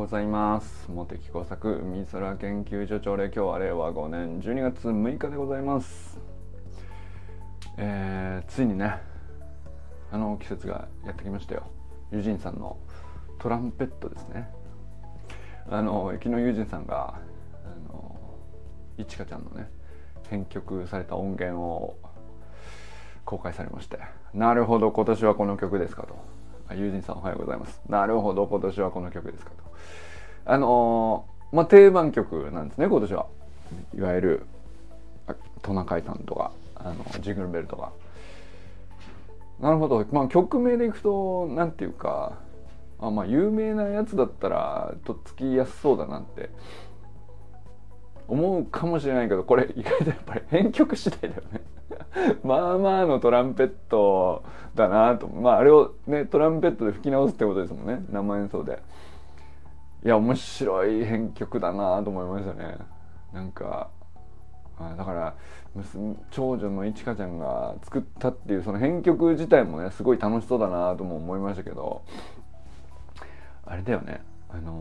ございます。茂木工作海空研究所長で、今日は令和5年12月6日でございます。ついにね、季節がやってきましたよ。ユジンさんのトランペットですね。昨日ユジンさんがいちかちゃんのね編曲された音源を公開されまして、なるほど今年はこの曲ですかと。ユージンさんおはようございます。なるほど今年はこの曲ですかと。定番曲なんですね今年は。いわゆるトナカイさんとかジングルベルとか。なるほど、曲名でいくとなんていうか、有名なやつだったらとっつきやすそうだなって思うかもしれないけど、これ意外とやっぱり編曲次第だよね。まあまあのトランペットだなと。あれをねトランペットで吹き直すってことですもんね、生演奏で。いや面白い編曲だなと思いましたね。なんかだから長女のいちかちゃんが作ったっていうその編曲自体もねすごい楽しそうだなとも思いましたけど、あれだよね、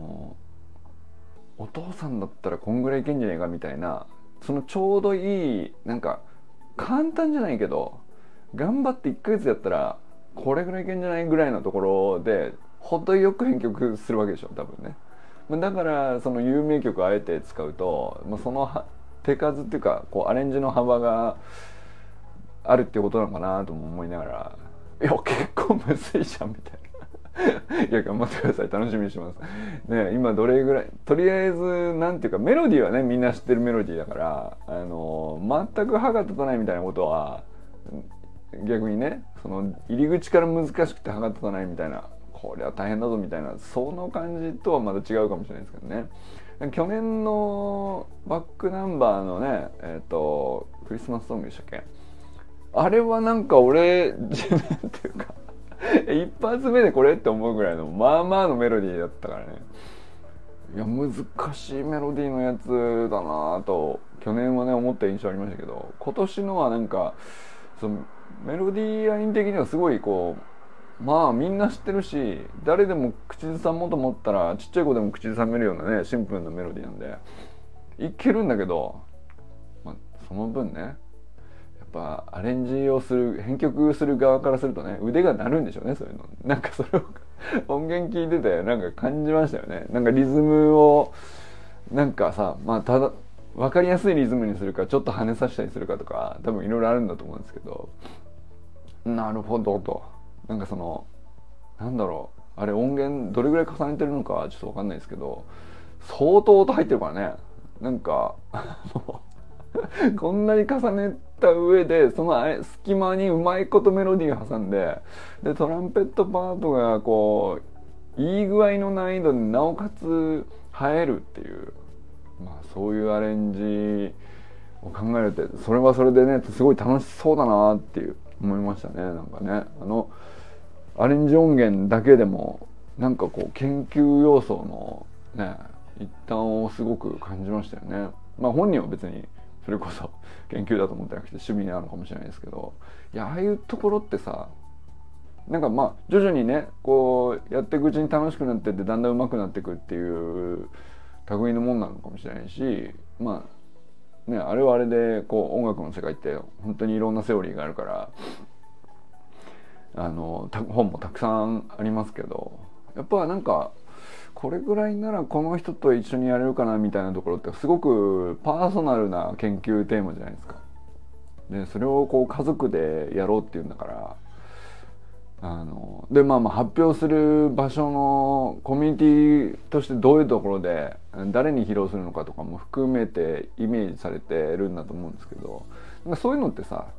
お父さんだったらこんぐらいいけんじゃねえかみたいな、そのちょうどいい、なんか簡単じゃないけど頑張って1ヶ月やったらこれぐらいいけんじゃないぐらいのところで程よく編曲するわけでしょ多分ね。だからその有名曲をあえて使うと、その手数っていうかアレンジの幅があるっていうことなのかなとも思いながら、いや結構むずいじゃんみたいないや頑張ってください、楽しみにしてますね。今どれぐらい、とりあえずなんていうかメロディーはねみんな知ってるメロディーだから、全く歯が立たないみたいなことは逆にね、その入り口から難しくて歯が立たないみたいな、これは大変だぞみたいな、その感じとはまた違うかもしれないですけどね。去年のバックナンバーのねクリスマスソングでしたっけ、あれはなんか俺自分っていうか一発目でこれって思うぐらいのまあまあのメロディーだったからね。いや難しいメロディーのやつだなと去年はね思った印象ありましたけど、今年のはなんかそのメロディーライン的にはすごいみんな知ってるし、誰でも口ずさもうと思ったらちっちゃい子でも口ずさめるようなねシンプルなメロディーなんでいけるんだけど、その分ねやっぱアレンジをする編曲する側からするとね腕が鳴るんでしょうね、そういうの。なんかそれを音源聞いててなんか感じましたよね。なんかリズムをなんかさ、ただ分かりやすいリズムにするかちょっと跳ねさせたりするかとか多分いろいろあるんだと思うんですけど、なるほどと。なんかそのなんだろう、あれ音源どれぐらい重ねてるのかはちょっと分かんないですけど相当音入ってるからね。なんかこんなに重ねた上でその隙間にうまいことメロディー挟んで、でトランペットパートがいい具合の難易度でなおかつ映えるっていう、そういうアレンジを考えるとそれはそれでねすごい楽しそうだなっていう思いましたね。なんかねアレンジ音源だけでもなんか研究要素のね一端をすごく感じましたよね。本人は別にそれこそ研究だと思ってなくて趣味なのかもしれないですけど、いやああいうところってさ、なんか徐々にねやっていくうちに楽しくなってってだんだん上手くなっていくっていう類のもんなのかもしれないし、あれはあれで音楽の世界って本当にいろんなセオリーがあるから本もたくさんありますけど、やっぱなんかこれぐらいならこの人と一緒にやれるかなみたいなところってすごくパーソナルな研究テーマじゃないですか。でそれを家族でやろうっていうんだからで発表する場所のコミュニティとしてどういうところで誰に披露するのかとかも含めてイメージされてるんだと思うんですけど、そういうのってさ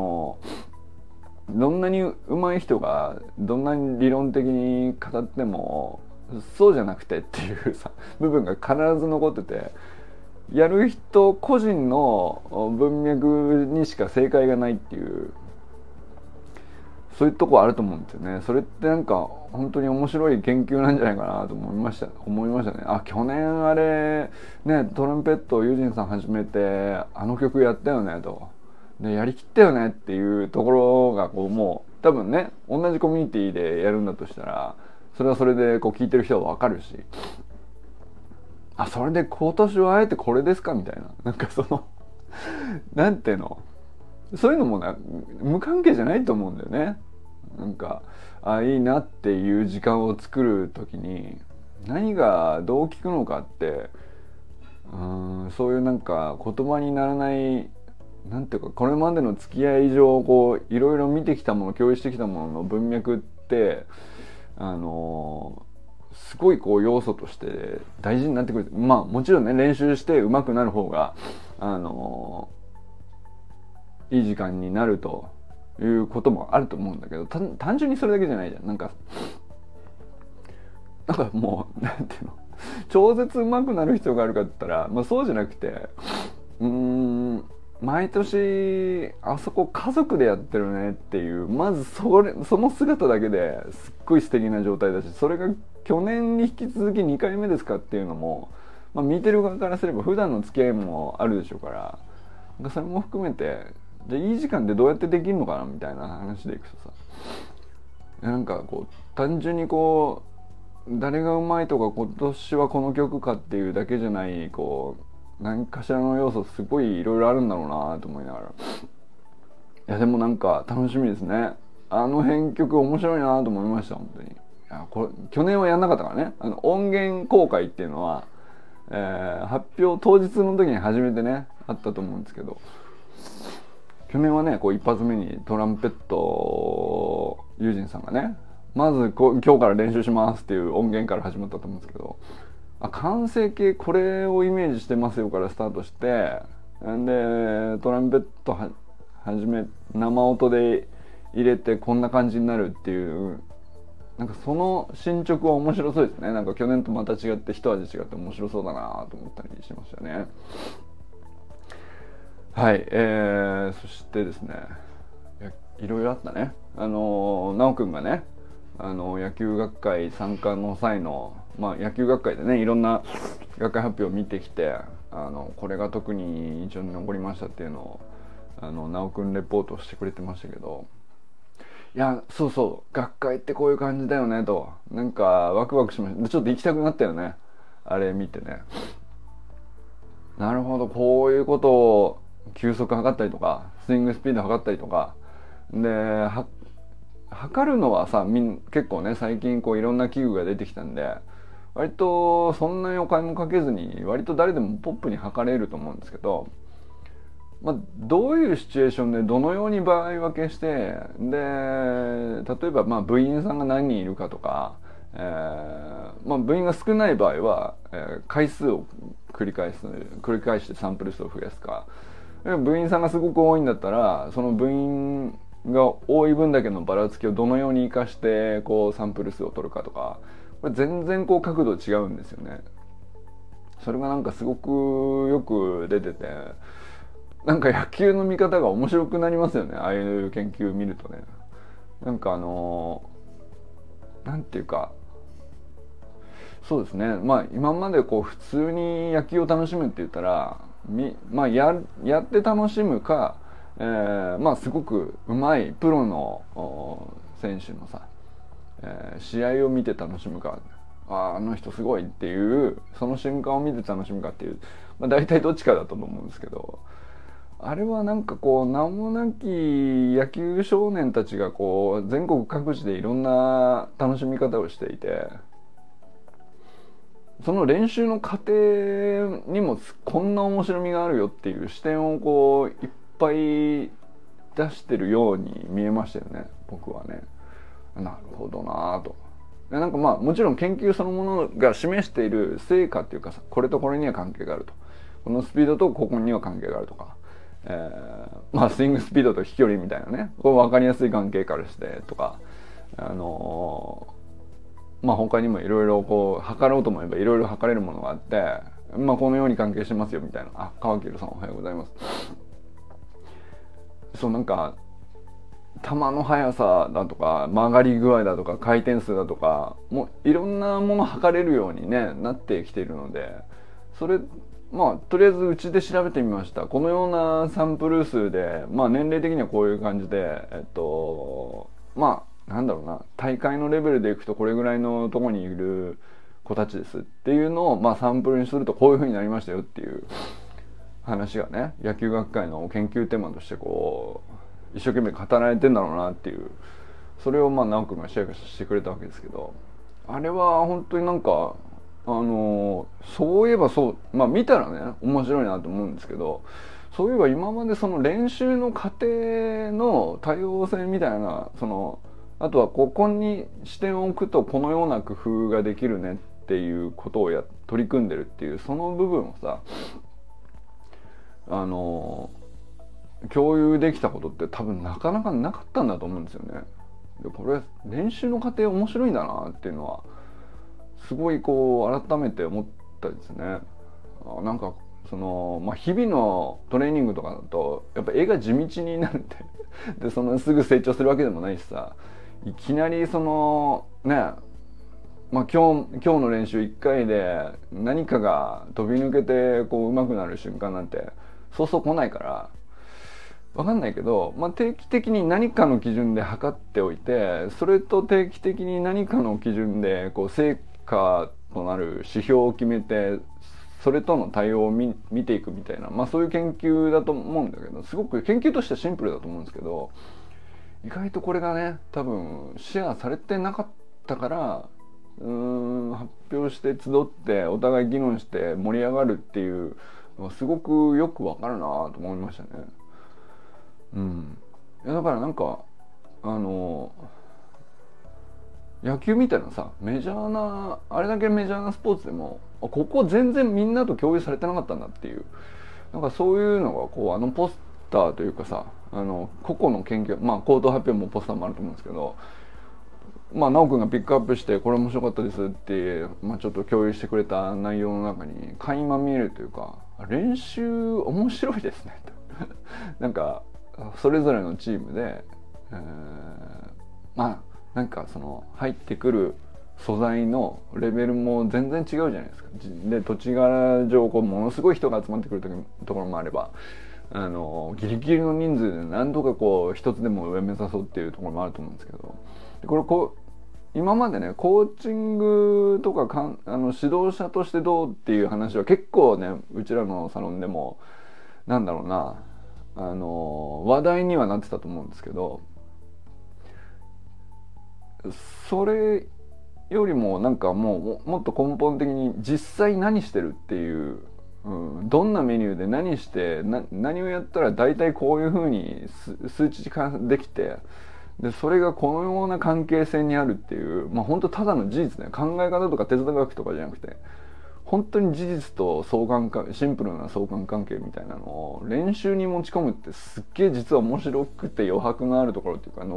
どんなに上手い人がどんなに理論的に語ってもそうじゃなくてっていうさ部分が必ず残ってて、やる人個人の文脈にしか正解がないっていう、そういうとこあると思うんですよね。それってなんか本当に面白い研究なんじゃないかなと思いましたね。去年あれねトランペットをユージンさん始めて曲やったよねと。でやりきったよねっていうところがもう多分ね同じコミュニティでやるんだとしたらそれはそれで聞いてる人は分かるし、 それで今年はあえてこれですかみたいな、なんかそのなんていうの、そういうのも無関係じゃないと思うんだよね。なんかいいなっていう時間を作る時に何がどう聞くのかって、そういうなんか言葉にならない、なんていうか、これまでの付き合い上こういろいろ見てきたもの、共有してきたものの文脈ってすごいこう要素として大事になってくる。まあもちろんね、練習して上手くなる方がいい時間になるということもあると思うんだけど、単純にそれだけじゃないじゃん。なんかもうなんていうの、超絶上手くなる必要があるかって言ったら、そうじゃなくて、毎年あそこ家族でやってるねっていう、まずその姿だけですっごい素敵な状態だし、それが去年に引き続き2回目ですかっていうのも、見てる側からすれば普段の付き合いもあるでしょうから、なんかそれも含めて、じゃあいい時間でどうやってできるのかなみたいな話でいくとさ、なんかこう単純にこう誰がうまいとか今年はこの曲かっていうだけじゃない、こう何かしらの要素すごいいろいろあるんだろうなと思いながら、いやでもなんか楽しみですね。編曲面白いなと思いました本当に。いやこれ去年はやんなかったからね、音源公開っていうのは、発表当日の時に初めてねあったと思うんですけど、去年はねこう一発目にトランペットユージンさんがね、まず今日から練習しますっていう音源から始まったと思うんですけど、完成形これをイメージしてますよからスタートして、でトランペットはじめ生音で入れてこんな感じになるっていう、なんかその進捗は面白そうですね。なんか去年とまた違って一味違って面白そうだなと思ったりしましたね。はい、そしてですね、いろいろあったね。直くんがね、野球学会参加の際の、野球学会でねいろんな学会発表を見てきて、これが特に印象に残りましたっていうのを直くんレポートしてくれてましたけど、いやそうそう、学会ってこういう感じだよねと、なんかワクワクしました。ちょっと行きたくなったよね、あれ見てね。なるほど、こういうことを球速測ったりとかスイングスピード測ったりとかで測るのはさ、結構ね最近こういろんな器具が出てきたんで、割とそんなにお金もかけずに割と誰でもポップに測れると思うんですけど、どういうシチュエーションでどのように場合分けして、で例えば部員さんが何人いるかとか、部員が少ない場合は、回数を繰り返してサンプル数を増やすか、部員さんがすごく多いんだったらその部員が多い分だけのばらつきをどのように生かしてこうサンプル数を取るかとか、これ全然こう角度違うんですよね。それがなんかすごくよく出てて、なんか野球の見方が面白くなりますよね、ああいう研究を見るとね。なんかなんていうか、そうですね、今までこう普通に野球を楽しむって言ったらやって楽しむか、すごくうまいプロの選手のさ、試合を見て楽しむか、あの人すごいっていうその瞬間を見て楽しむかっていう、大体どっちかだと思うんですけど、あれはなんかこう名もなき野球少年たちがこう全国各地でいろんな楽しみ方をしていて、その練習の過程にもこんな面白みがあるよっていう視点をこういっぱい出してるように見えましたよね、僕はね。なるほどなぁと。なんかもちろん研究そのものが示している成果っていうかさ、これとこれには関係があると、このスピードとここには関係があるとか、スイングスピードと飛距離みたいなね、これ分かりやすい関係からしてとか、他にもいろいろこう測ろうと思えばいろいろ測れるものがあって、このように関係してますよみたいな。川切さんおはようございます。そう、なんか球の速さだとか曲がり具合だとか回転数だとか、もういろんなもの測れるように、ね、なってきているので、それとりあえずうちで調べてみました。このようなサンプル数で、年齢的にはこういう感じで、なんだろうな、大会のレベルでいくとこれぐらいのとこにいる子たちですっていうのを、まあ、サンプルにするとこういう風になりましたよっていう話がね、野球学会の研究テーマとしてこう一生懸命語られてんだろうなっていう、それをまあ直君がシェアしてくれたわけですけど、あれは本当になんかそういえばそう、まあ見たらね面白いなと思うんですけど、そういえば今までその練習の過程の多様性みたいな、あとはここに視点を置くとこのような工夫ができるねっていうことを取り組んでるっていうその部分をさ、共有できたことって多分なかなかなかったんだと思うんですよね。でこれ練習の過程面白いんだなっていうのはすごいこう改めて思ったですね。なんかまあ、日々のトレーニングとかだとやっぱ絵が地道になるってですぐ成長するわけでもないしさ、いきなりね、まあ、今日の練習1回で何かが飛び抜けてこう上手くなる瞬間なんてそうそう来ないから分かんないけど、まあ、定期的に何かの基準で測っておいて、それと定期的に何かの基準でこう成果となる指標を決めて、それとの対応を見ていくみたいな、まあそういう研究だと思うんだけど、すごく研究としてはシンプルだと思うんですけど、意外とこれがね多分シェアされてなかったから、発表して集ってお互い議論して盛り上がるっていうのはすごくよくわかるなと思いましたね。いやだからなんか野球みたいなさ、メジャーなあれだけメジャーなスポーツでもここ全然みんなと共有されてなかったんだっていう、なんかそういうのがこうポスターというかさ、個々の研究、まあ口頭発表もポスターもあると思うんですけど、まあ直くんがピックアップしてこれ面白かったですって、まあ、ちょっと共有してくれた内容の中に垣間見えるというか、練習面白いですねとなんかそれぞれのチームで、まあなんか入ってくる素材のレベルも全然違うじゃないですか。で土地柄上こうものすごい人が集まってくるところもあれば、ギリギリの人数で何とかこう一つでも上目指そうっていうところもあると思うんですけど、これ今までねコーチングとか指導者としてどうっていう話は結構ねうちらのサロンでもなんだろうな話題にはなってたと思うんですけど、それよりもなんかもっと根本的に実際何してるっていう、どんなメニューで何して何をやったら大体こういうふうに数値化できて、でそれがこのような関係性にあるっていう、まあ本当ただの事実ね、考え方とか哲学とかじゃなくて本当に事実とシンプルな相関関係みたいなのを練習に持ち込むってすっげえ実は面白くて余白があるところっていうか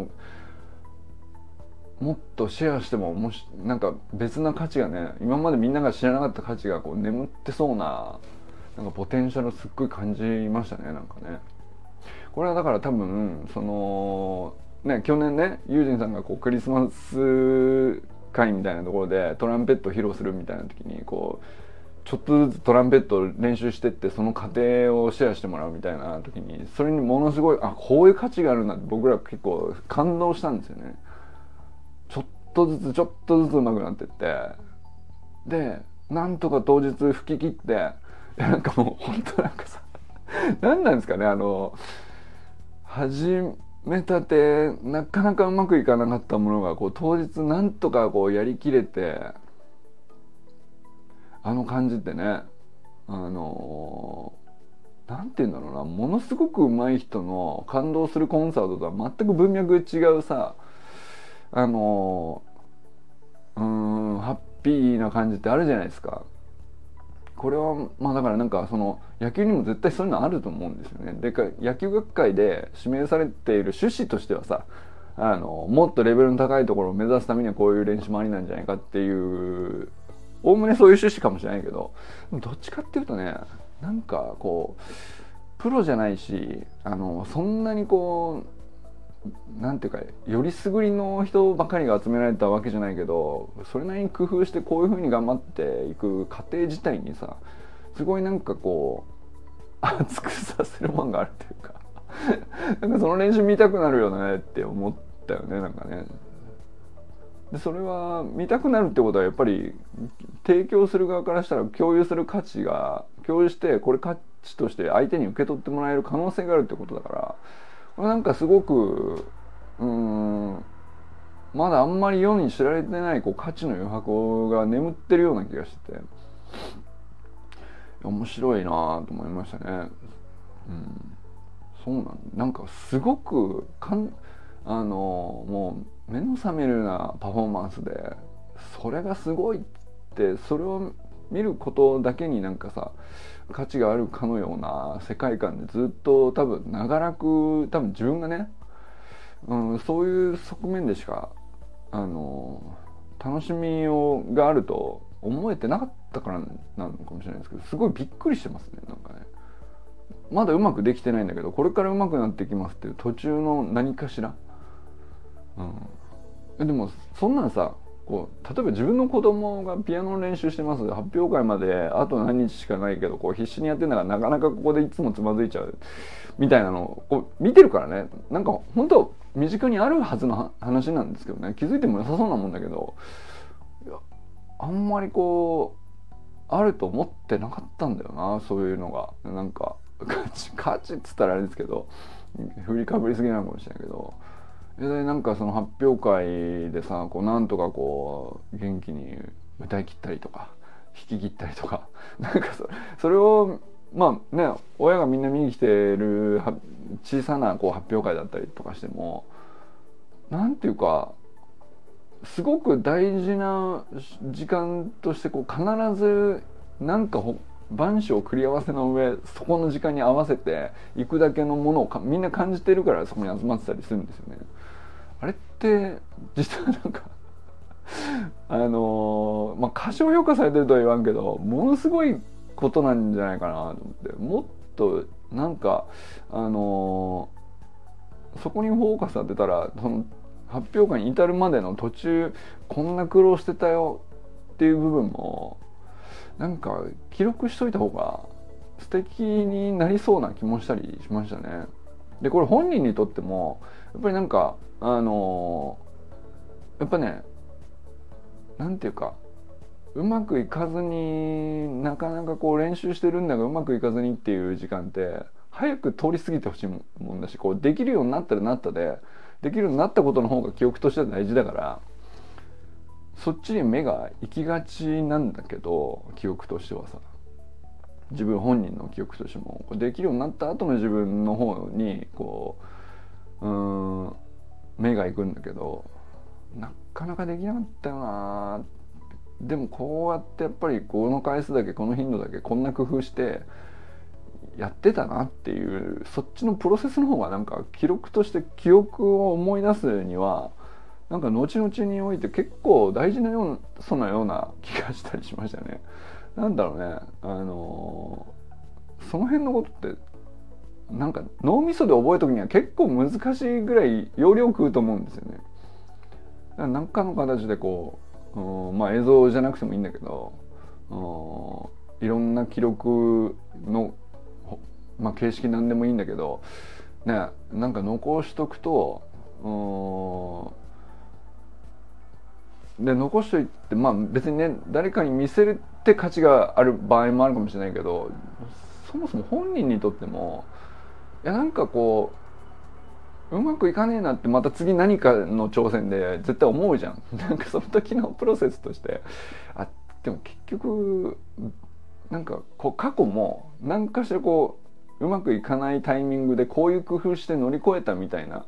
もっとシェアしてもなんか別な価値がね、今までみんなが知らなかった価値がこう眠ってそうな、なんかポテンシャルすっごい感じましたね。なんかねこれはだから多分去年ねユージンさんがこうクリスマス会みたいなところでトランペットを披露するみたいな時にこうちょっとずつトランペットを練習してってその過程をシェアしてもらうみたいな時に、それにものすごいこういう価値があるんだって僕ら結構感動したんですよね。ちょっとずつ上手くなってって、でなんとか当日吹き切って、なんかもう本当なんかさ何なんですかね、始めたてなかなかうまくいかなかったものがこう当日なんとかこうやりきれて、感じってね、なんて言うんだろうな、ものすごく上手い人の感動するコンサートとは全く文脈違うさ、ハッピーな感じってあるじゃないですか。これはまあだからなんか野球にも絶対そういうのあると思うんですよね。で野球学会で指名されている趣旨としてはさ、もっとレベルの高いところを目指すためにはこういう練習もありなんじゃないかっていうおおむねそういう趣旨かもしれないけど、どっちかっていうとね、なんかこうプロじゃないしそんなにこうなんていうかよりすぐりの人ばかりが集められたわけじゃないけど、それなりに工夫してこういう風に頑張っていく過程自体にさ、すごいなんかこう熱くさせるもんがあるっていうかなんかその練習見たくなるよねって思ったよね。なんかねでそれは見たくなるってことはやっぱり提供する側からしたら共有する価値が共有してこれ価値として相手に受け取ってもらえる可能性があるってことだから、これなんかすごくまだあんまり世に知られてないこう価値の余白が眠ってるような気がしてて面白いなと思いましたね。そうなんかすごくもう目の覚めるようなパフォーマンスでそれがすごいってそれを見ることだけになんかさ価値があるかのような世界観でずっと多分長らく自分がね、そういう側面でしか楽しみがあると思えてなかったからなのかもしれないですけど、すごいびっくりしてますね。なんかねまだうまくできてないんだけどこれからうまくなっていきますっていう途中の何かしら、でもそんなんさこう例えば自分の子供がピアノの練習してます発表会まであと何日しかないけどこう必死にやってんだからなかなかここでいつもつまずいちゃうみたいなのをこう見てるからね、なんか本当身近にあるはずの話なんですけどね、気づいても良さそうなもんだけどあんまりこうあると思ってなかったんだよな、そういうのが。なんか価値っつったらあれですけど振りかぶりすぎなのかもしれないけど、でなんかその発表会でさこうなんとかこう元気に歌い切ったりとか弾き切ったりとかなんかそれをまあね親がみんな見に来てる小さなこう発表会だったりとかしてもなんていうかすごく大事な時間としてこう必ずなんか万象繰り合わせの上そこの時間に合わせていくだけのものをみんな感じてるからそこに集まってたりするんですよね。あれって実はなんか過小評価されてるとは言わんけどものすごいことなんじゃないかなと思って、もっとなんかそこにフォーカス当てたらその発表会に至るまでの途中こんな苦労してたよっていう部分もなんか記録しといた方が素敵になりそうな気もしたりしましたね。でこれ本人にとってもやっぱりなんかやっぱねなんていうかうまくいかずになかなかこう練習してるんだがうまくいかずにっていう時間って早く通り過ぎてほしいもんだし、こうできるようになったらなったでできるようになったことの方が記憶としては大事だからそっちに目が行きがちなんだけど、記憶としてはさ自分本人の記憶としてもできるようになった後の自分の方にこう目が行くんだけどなかなかできなかったよな。でもこうやってやっぱりこの回数だけこの頻度だけこんな工夫してやってたなっていうそっちのプロセスの方がなんか記録として記憶を思い出すにはなんか後々において結構大事なような気がしたりしましたね。なんだろうねその辺のことってなんか脳みそで覚えとくには結構難しいぐらい容量食うと思うんですよね。だから何かの形でこう映像じゃなくてもいいんだけどいろんな記録の形式なんでもいいんだけどね、なんか残しとくとで残しといて別にね誰かに見せるって価値がある場合もあるかもしれないけどそもそも本人にとってもいやなんかこううまくいかねえなってまた次何かの挑戦で絶対思うじゃん。なんかその時のプロセスとしてでも結局なんかこう過去も何かしらこううまくいかないタイミングでこういう工夫して乗り越えたみたいな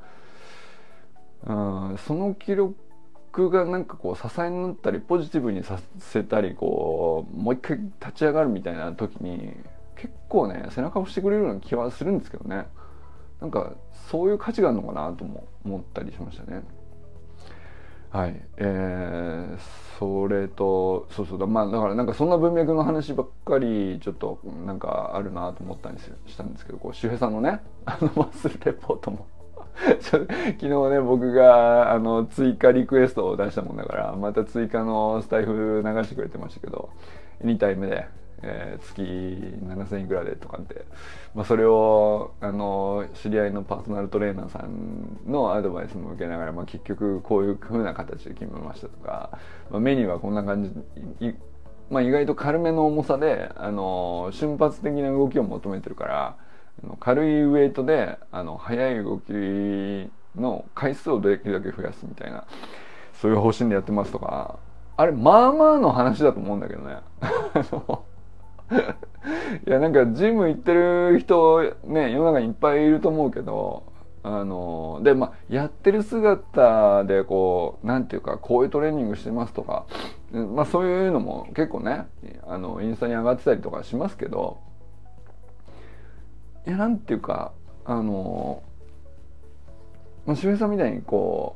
その記録がなんかこう支えになったりポジティブにさせたりこうもう一回立ち上がるみたいな時に結構ね背中を押してくれるような気はするんですけどね。なんかそういう価値があるのかなとも思ったりしましたね。はい、それとそうだからなんかそんな文脈の話ばっかりちょっとなんかあるなと思ったりしたんですけど、こう周平さんのねマッスルレポートも昨日ね僕が追加リクエストを出したもんだからまた追加のスタイフ流してくれてましたけど2タイムで、 月7000いくらでとかって、それを知り合いのパーソナルトレーナーさんのアドバイスも受けながら、結局こういう風な形で決めましたとか、メニューはこんな感じ、意外と軽めの重さで瞬発的な動きを求めてるから、軽いウエイトで速い動きの回数をできるだけ増やすみたいな、そういう方針でやってますとか、あれまあまあの話だと思うんだけどねいやなんかジム行ってる人ね、世の中にいっぱいいると思うけど、でやってる姿でこうなんていうか、こういうトレーニングしてますとか、そういうのも結構ねインスタに上がってたりとかしますけど、いやなんていうか周平さんみたいにこ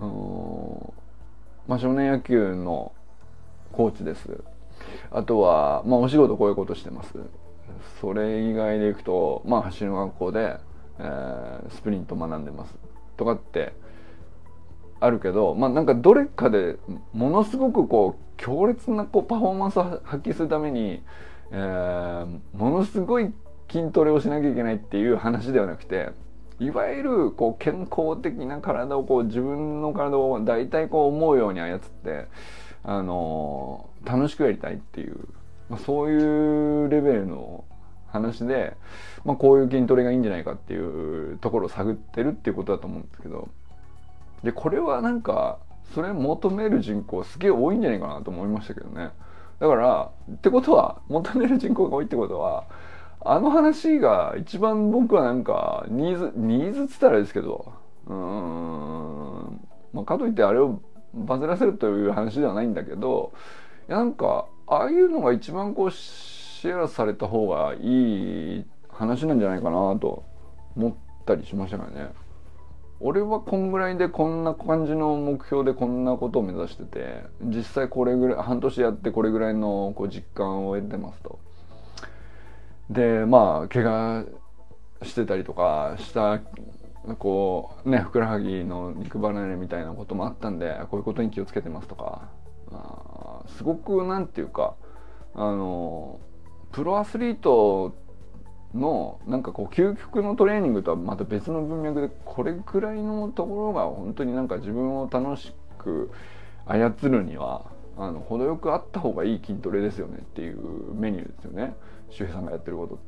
う、少年野球のコーチです。あとは、お仕事こういうことしてます。それ以外でいくと、走りの学校で、スプリント学んでますとかってあるけど、なんかどれかでものすごくこう強烈なこうパフォーマンスを発揮するために、ものすごい筋トレをしなきゃいけないっていう話ではなくて、いわゆるこう健康的な体をこう自分の体を大体こう思うように操って楽しくやりたいっていう、そういうレベルの話で、こういう筋トレがいいんじゃないかっていうところを探ってるっていうことだと思うんですけど、でこれはなんかそれ求める人口すげえ多いんじゃないかなと思いましたけどね。だからってことは、求める人口が多いってことは、話が一番僕はなんかニーズっつったらですけど、かといってあれをバズらせるという話ではないんだけど、なんかああいうのが一番こうシェアされた方がいい話なんじゃないかなと思ったりしましたからね。俺はこんぐらいでこんな感じの目標でこんなことを目指してて、実際これぐらい半年やってこれぐらいのこう実感を得てますと。で怪我してたりとかしたこうね、ふくらはぎの肉離れみたいなこともあったんで、こういうことに気をつけてますとか、すごくなんていうかプロアスリートのなんかこう究極のトレーニングとはまた別の文脈で、これくらいのところが本当になんか自分を楽しく操るには程よくあった方がいい筋トレですよねっていうメニューですよね、周平さんがやってることって。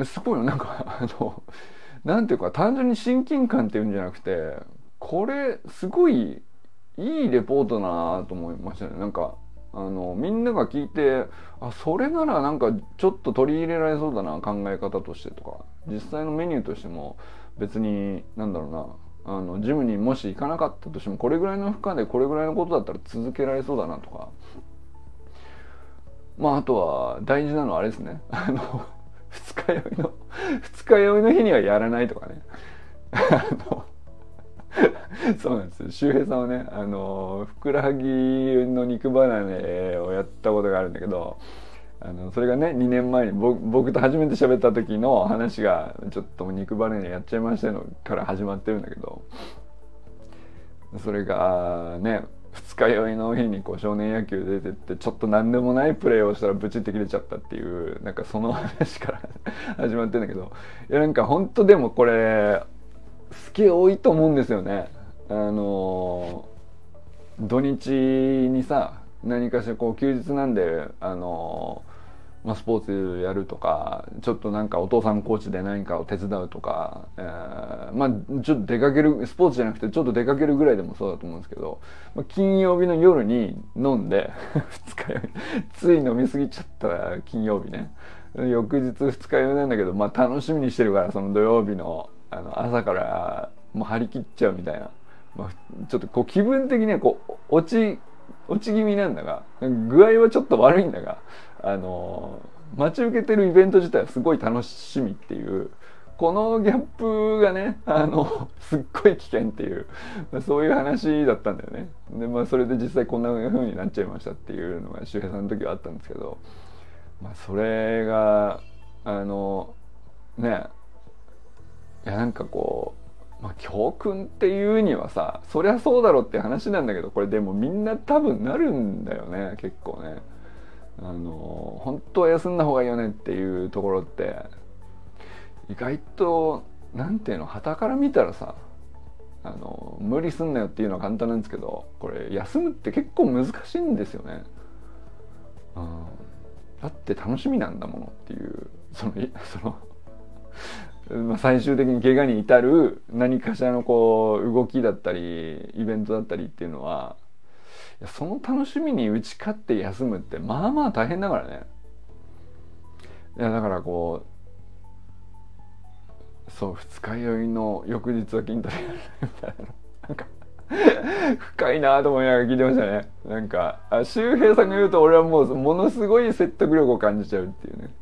すごいよ、なんかなんていうか、単純に親近感っていうんじゃなくて、これすごいいいレポートだなと思いましたね。なんかみんなが聞いて、それならなんかちょっと取り入れられそうだな、考え方としてとか、実際のメニューとしても別になんだろうな、ジムにもし行かなかったとしてもこれぐらいの負荷でこれぐらいのことだったら続けられそうだなとか、あとは大事なのはあれですね、二日酔いの日にはやらないとかねそうなんです。周平さんはね、ふくらはぎの肉離れをやったことがあるんだけど、それがね2年前に僕と初めて喋った時の話が、ちょっと肉離れやっちゃいましたのから始まってるんだけど、それがね二日酔いの日にこう少年野球出てって、ちょっと何でもないプレーをしたらブチって切れちゃったっていう、なんかその話から始まってるんだけど、いやなんか本当でもこれすげえ多いと思うんですよね。土日にさ、何かしらこう休日なんでスポーツやるとか、ちょっとなんかお父さんコーチで何かを手伝うとか、ちょっと出かける、スポーツじゃなくてちょっと出かけるぐらいでもそうだと思うんですけど、金曜日の夜に飲んで二日酔いつい飲み過ぎちゃった金曜日ね、翌日二日酔いなんだけど、楽しみにしてるから、その土曜日の朝からもう張り切っちゃうみたいな、ちょっとこう気分的にはこう落ち気味なんだが、具合はちょっと悪いんだが、待ち受けてるイベント自体はすごい楽しみっていう、このギャップがねすっごい危険っていう、そういう話だったんだよね。でそれで実際こんな風になっちゃいましたっていうのが周平さんの時はあったんですけど、それがね、いやなんかこう教訓っていうにはさ、そりゃそうだろって話なんだけど、これでもみんな多分なるんだよね、結構ね。 本当は休んだ方がいいよねっていうところって意外となんていうの、傍から見たらさ、無理すんなよっていうのは簡単なんですけど、これ休むって結構難しいんですよね。だって楽しみなんだものっていう、まあ最終的に怪我に至る何かしらのこう動きだったりイベントだったりっていうのは、その楽しみに打ち勝って休むってまあまあ大変だからね。いやだからこう、そう、二日酔いの翌日は筋トレやるみたいな、なんか深いなと思いながら聞いてましたね。なんか周平さんが言うと俺はもうものすごい説得力を感じちゃうっていうね。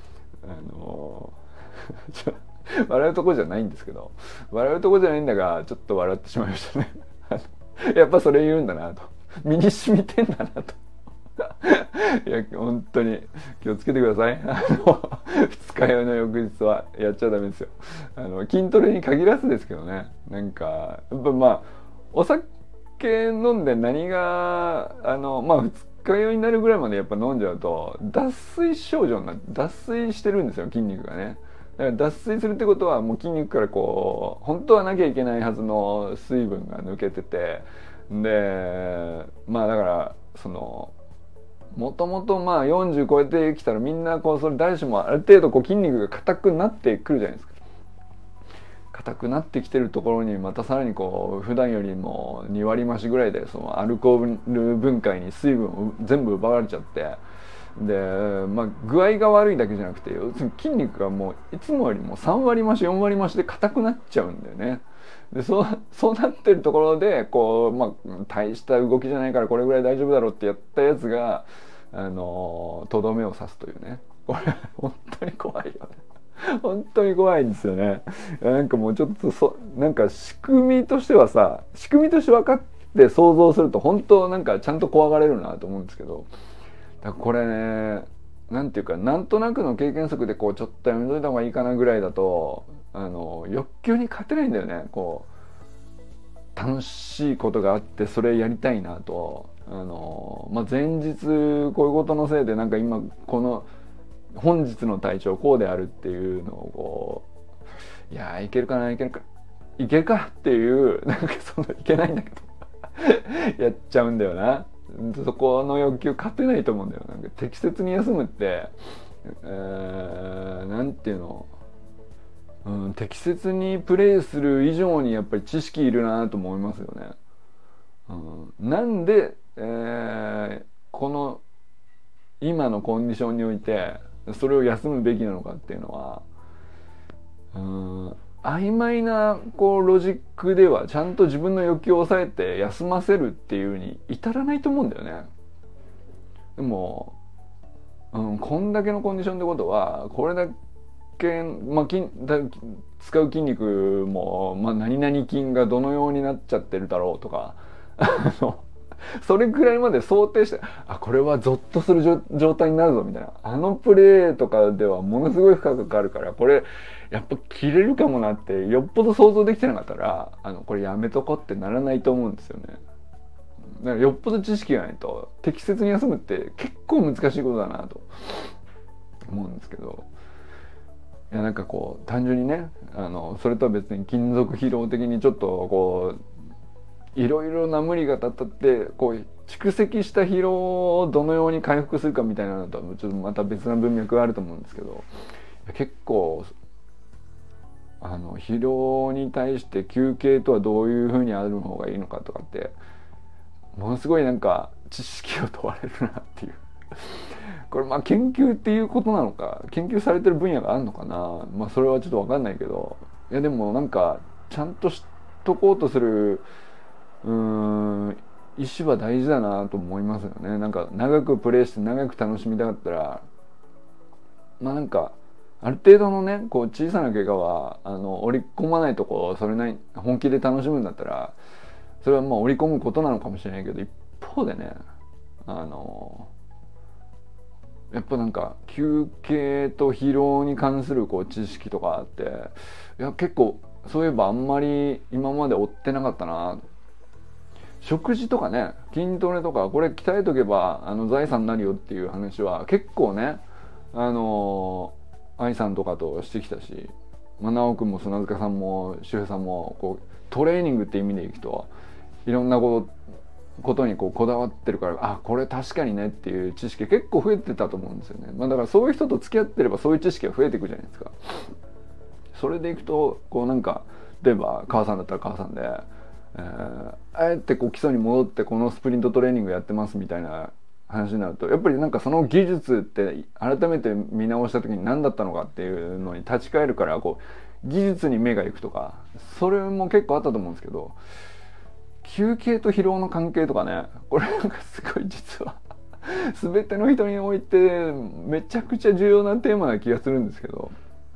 笑うとこじゃないんですけど、笑うとこじゃないんだがちょっと笑ってしまいましたね。やっぱそれ言うんだなと、身に染みてんだなと。いや本当に気をつけてください。二日酔いの翌日はやっちゃダメですよ。筋トレに限らずですけどね。なんかやっぱまあお酒飲んで何がまあ二日酔いになるぐらいまでやっぱ飲んじゃうと脱水症状脱水してるんですよ、筋肉がね。だから脱水するってことはもう筋肉からこう本当はなきゃいけないはずの水分が抜けてて、でまあだからもともとまあ40超えてきたらみんなこうそれ誰しもある程度こう筋肉が硬くなってくるじゃないですか。硬くなってきてるところにまたさらにこう普段よりも2割増しぐらいでそのアルコール分解に水分を全部奪われちゃって、でまあ具合が悪いだけじゃなくて要するに筋肉がもういつもよりも3割増し4割増しで硬くなっちゃうんだよね。でそうなってるところでこう、まあ、大した動きじゃないからこれぐらい大丈夫だろうってやったやつがとどめを刺すというね。これ本当に怖いよね。本当に怖いんですよね。なんかもうちょっとなんか仕組みとしてはさ、仕組みとして分かって想像すると本当なんかちゃんと怖がれるなと思うんですけど、だからこれね、なんていうかなんとなくの経験則でこうちょっとやめといた方がいいかなぐらいだと欲求に勝てないんだよね。こう楽しいことがあってそれやりたいなと、まあ、前日こういうことのせいでなんか今この本日の体調こうであるっていうのをこう、いやいけるかないけるかっていうなんかいけないんだけどやっちゃうんだよな。そこの欲求勝てないと思うんだよ。なんか適切に休むって、なんていうの、適切にプレイする以上にやっぱり知識いるなと思いますよね。なんで、この今のコンディションにおいてそれを休むべきなのかっていうのは、曖昧なこうロジックではちゃんと自分の欲求を抑えて休ませるっていうに至らないと思うんだよね。でも、こんだけのコンディションってことはこれだけ、まあ、使う筋肉も、まあ、何々筋がどのようになっちゃってるだろうとかそれくらいまで想定して、これはゾッとする状態になるぞみたいな、プレーとかではものすごい負荷があるからこれやっぱ切れるかもなってよっぽど想像できてなかったらこれやめとこってならないと思うんですよね。だからよっぽど知識がないと適切に休むって結構難しいことだなと思うんですけど、いやなんかこう単純にねそれとは別に金属疲労的にちょっとこういろいろな無理がたったってこう蓄積した疲労をどのように回復するかみたいなのとはちょっとまた別な文脈があると思うんですけど、結構疲労に対して休憩とはどういうふうにある方がいいのかとかってものすごいなんか知識を問われるなっていうこれまあ研究っていうことなのか研究されてる分野があるのかな、まあそれはちょっと分かんないけど、いやでもなんかちゃんとしとこうとする意思は大事だなと思いますよね。なんか長くプレイして長く楽しみたかったらまあなんかある程度のねこう小さな怪我は織り込まないとこうそれなり本気で楽しむんだったらそれはまあ織り込むことなのかもしれないけど、一方でねやっぱなんか休憩と疲労に関するこう知識とかあって、いや結構そういえばあんまり今まで追ってなかったな。 食事とかね、筋トレとか、これ鍛えとけば財産になるよっていう話は結構ね、愛さんとかとしてきたし、直くんも砂塚さんも周平さんもこうトレーニングって意味でいくといろんなことにこだわってるから、あ、これ確かにねっていう知識結構増えてたと思うんですよね。だからそういう人と付き合ってればそういう知識が増えていくじゃないですか。それでいくとなんか例えば母さんだったら母さんで、あえて基礎に戻ってこのスプリントトレーニングやってますみたいな話になると、やっぱりなんかその技術って改めて見直した時に何だったのかっていうのに立ち返るから、技術に目がいくとか、それも結構あったと思うんですけど、休憩と疲労の関係とかね、これなんかすごい実は全ての人においてめちゃくちゃ重要なテーマな気がするんですけど、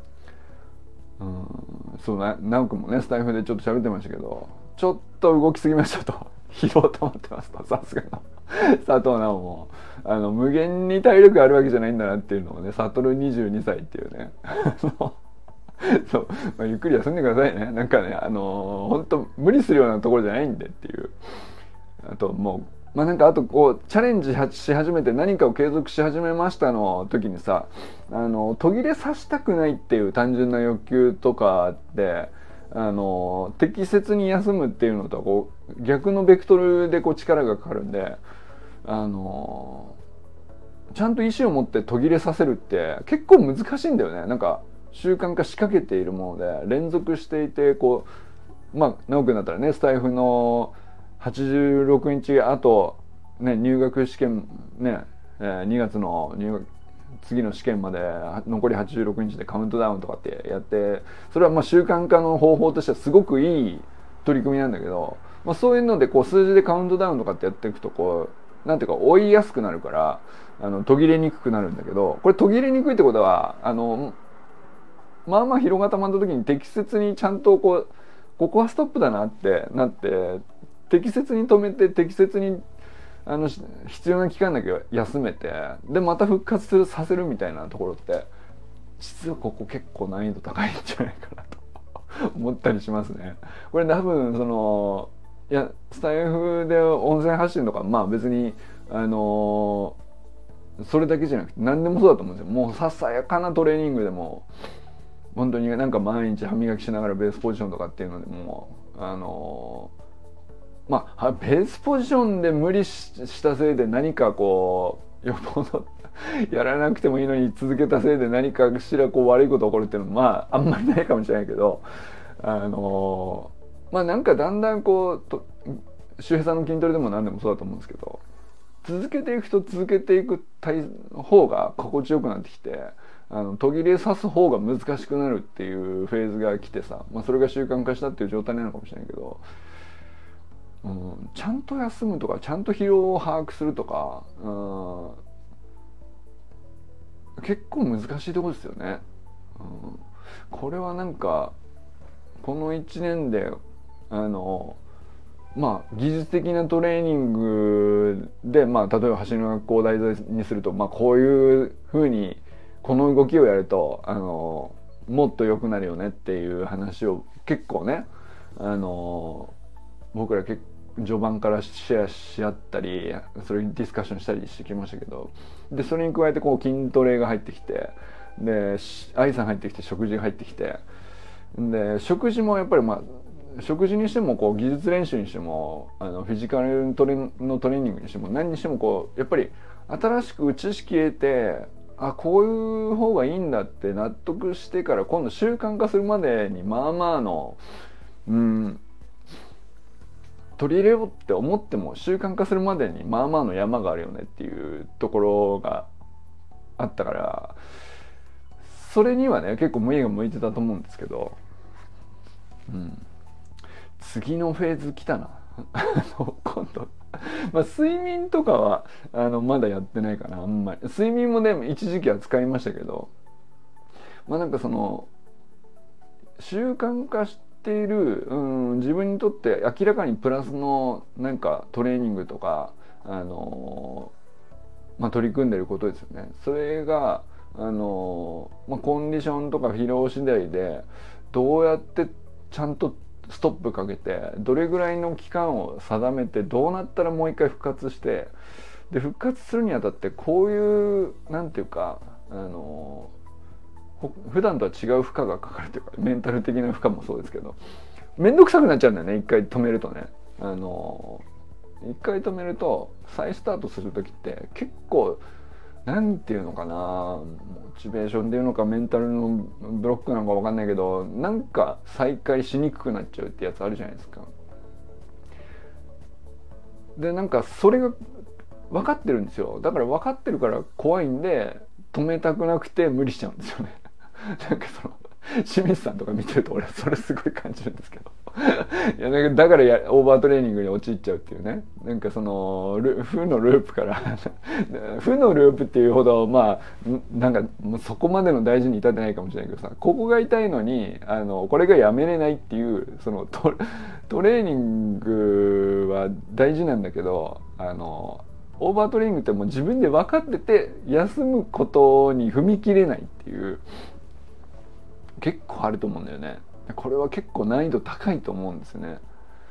そうね、直くんもねスタイフでちょっと喋ってましたけど、ちょっと動きすぎましたと、疲労溜まってますと、さすがの佐藤直も無限に体力あるわけじゃないんだなっていうのをね、悟22歳っていうねそう、ゆっくり休んでくださいね。なんかね、本当無理するようなところじゃないんでっていう。あともう、なんかあとチャレンジし始めて何かを継続し始めましたの時にさ、途切れさせたくないっていう単純な欲求とかで、適切に休むっていうのとは逆のベクトルで力がかかるんで、ちゃんと意思を持って途切れさせるって結構難しいんだよね。なんか習慣化しかけているもので連続していて、直くんだったらね、スタイフの86日あとね、入学試験ね、2月の次の試験まで残り86日でカウントダウンとかってやって、それは習慣化の方法としてはすごくいい取り組みなんだけど、そういうので数字でカウントダウンとかってやっていくとなんていうか追いやすくなるから途切れにくくなるんだけど、これ途切れにくいってことは疲労が溜まった時に適切にちゃんとここはストップだなってなって適切に止めて適切に必要な期間だけ休めて、でまた復活させるみたいなところって実はここ結構難易度高いんじゃないかなと思ったりしますね。これ多分スタイフで音声発信とか別にそれだけじゃなくて何でもそうだと思うんですよ。もうささやかなトレーニングでも本当になんか毎日歯磨きしながらベースポジションとかっていうのでもベースポジションで無理したせいで何かよっぽどやらなくてもいいのに続けたせいで何かしら悪いこと起こるっていうのはあんまりないかもしれないけど、なんかだんだん周平さんの筋トレでも何でもそうだと思うんですけど、続けていくと続けていく方が心地よくなってきて、途切れさす方が難しくなるっていうフェーズが来てさ、それが習慣化したっていう状態なのかもしれないけど、ちゃんと休むとかちゃんと疲労を把握するとか、結構難しいところですよね。これはなんかこの1年で技術的なトレーニングで、例えば走りの学校を題材にすると、こういう風にこの動きをやるともっと良くなるよねっていう話を結構ね、僕ら序盤からシェアし合ったり、それにディスカッションしたりしてきましたけど、でそれに加えて筋トレが入ってきて、で愛さん入ってきて、食事が入ってきて、で食事もやっぱり食事にしても技術練習にしてもフィジカルのトレーニングにしても何にしてもやっぱり新しく知識得て、こういう方がいいんだって納得してから今度習慣化するまでにの取り入れようって思っても習慣化するまでにの山があるよねっていうところがあったから、それにはね結構目が向いてたと思うんですけど、次のフェーズ来たな今度睡眠とかはまだやってないかな。あんまり睡眠もね一時期は使いましたけど、なんか習慣化している、自分にとって明らかにプラスのなんかトレーニングとか取り組んでることですよね。それがコンディションとか疲労次第でどうやってちゃんとストップかけてどれぐらいの期間を定めてどうなったらもう一回復活して、で復活するにあたってこういうなんていうか普段とは違う負荷がかかるというか、メンタル的な負荷もそうですけど、めんどくさくなっちゃうんだよね。一回止めるとね、一回止めると再スタートする時って結構なんていうのかな、モチベーションっていうのかメンタルのブロックなのか分かんないけど、なんか再開しにくくなっちゃうってやつあるじゃないですか。でなんかそれが分かってるんですよ。だから分かってるから怖いんで止めたくなくて無理しちゃうんですよね。なんかその清水さんとか見てると俺はそれすごい感じるんですけどいやだからオーバートレーニングに陥っちゃうっていうね。なんかその負のループから負のループっていうほどまあなんかもうそこまでの大事に至ってないかもしれないけどさ、ここが痛いのにこれがやめれないっていうそのトレーニングは大事なんだけど、オーバートレーニングってもう自分で分かってて休むことに踏み切れないっていう結構あると思うんだよね。これは結構難易度高いと思うんですよね。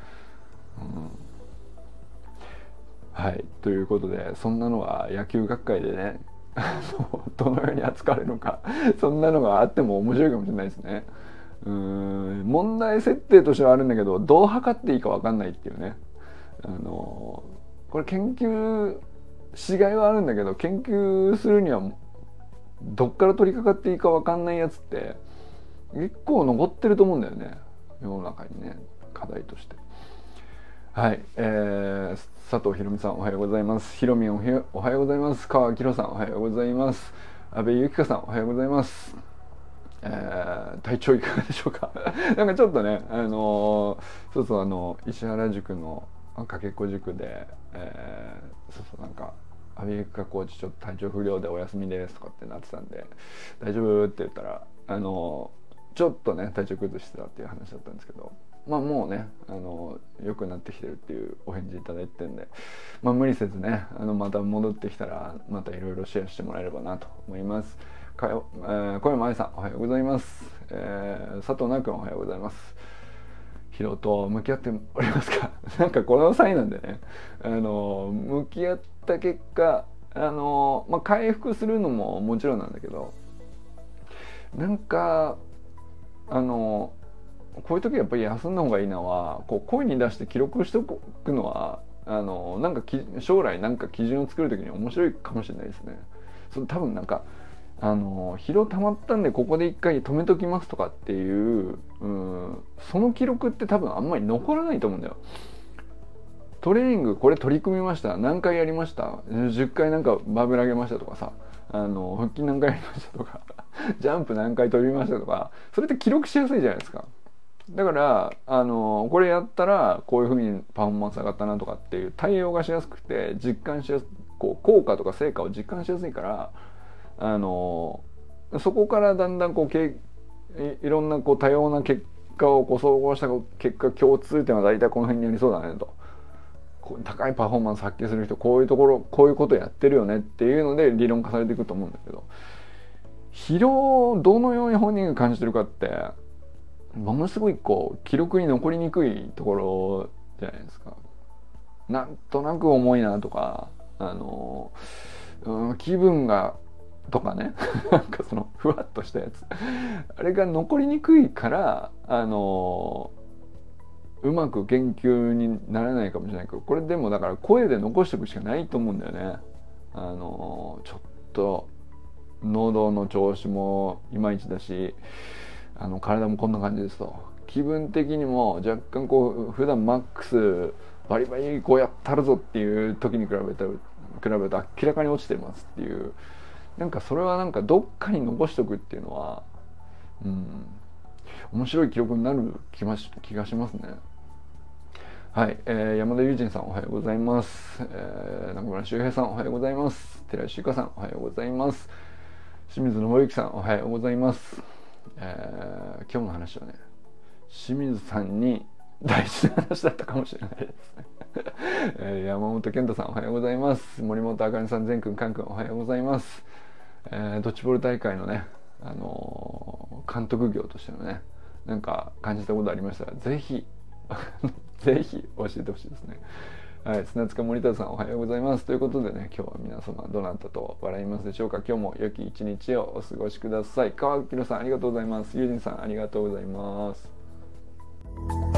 はい、ということでそんなのは野球学会でねどのように扱われるのかそんなのがあっても面白いかもしれないですね。問題設定としてはあるんだけどどう測っていいか分かんないっていうね。これ研究しがいはあるんだけど、研究するにはどっから取り掛かっていいか分かんないやつって結構残ってると思うんだよね、世の中にね、課題として。はい、佐藤ひろみさんおはようございます。ひろみんおはようございます。川明さんおはようございます。安部ゆきかさんおはようございます。体調いかがでしょうかなんかちょっとねそう石原塾のかけっこ塾で、なんか安部ゆきかコーチちょっと体調不良でお休みですとかってなってたんで、大丈夫って言ったらちょっとね体調崩してたっていう話だったんですけど、まあもうね良くなってきてるっていうお返事いただいてるんで、まあ無理せずねまた戻ってきたらまたいろいろシェアしてもらえればなと思います。小山愛さんおはようございます。佐藤直君おはようございます。疲労と向き合っておりますかなんかこの際なんでね向き合った結果回復するのももちろんなんだけど、なんかこういう時やっぱり休んだ方がいいのはこう声に出して記録しておくのはなんか将来なんか基準を作る時に面白いかもしれないですね。多分なんか疲労溜まったんでここで一回止めときますとかっていう、その記録って多分あんまり残らないと思うんだよ。トレーニングこれ取り組みました、何回やりました、10回なんかバーベル上げましたとかさ、腹筋何回やりましたとかジャンプ何回飛びましたとか、それって記録しやすいじゃないですか。だからこれやったらこういう風にパフォーマンス上がったなとかっていう対応がしやすくて実感しやす効果とか成果を実感しやすいから、そこからだんだんいろんな多様な結果を総合した結果、共通点は大体この辺にありそうだねと、高いパフォーマンス発揮する人こういうことやってるよねっていうので理論化されていくと思うんだけど、疲労をどのように本人が感じてるかってものすごい記録に残りにくいところじゃないですか。なんとなく重いなとか気分がとかねなんかそのふわっとしたやつあれが残りにくいからうまく研究にならないかもしれないけど、これでもだから声で残しておくしかないと思うんだよね。ちょっと喉の調子もいまいちだし体もこんな感じですと、気分的にも若干普段マックスバリバリやったるぞっていう時に比べると明らかに落ちてますっていう、なんかそれはなんかどっかに残しておくっていうのは面白い記録になる気がしますね。はい、山田友人さんおはようございます。中村修平さんおはようございます。寺石ゆかさんおはようございます。清水信之さんおはようございます。今日の話はね、清水さんに大事な話だったかもしれないですね山本健太さんおはようございます。森本あかねさん、善くん、かんくんおはようございます。ドッジボール大会のね、監督業としてのねなんか感じたことありましたらぜひぜひ教えてほしいですね。はい、砂塚森田さんおはようございますということでね、今日は皆様どなたと笑いますでしょうか。今日も良き一日をお過ごしください。川木さんありがとうございます。ゆうじんさんありがとうございます。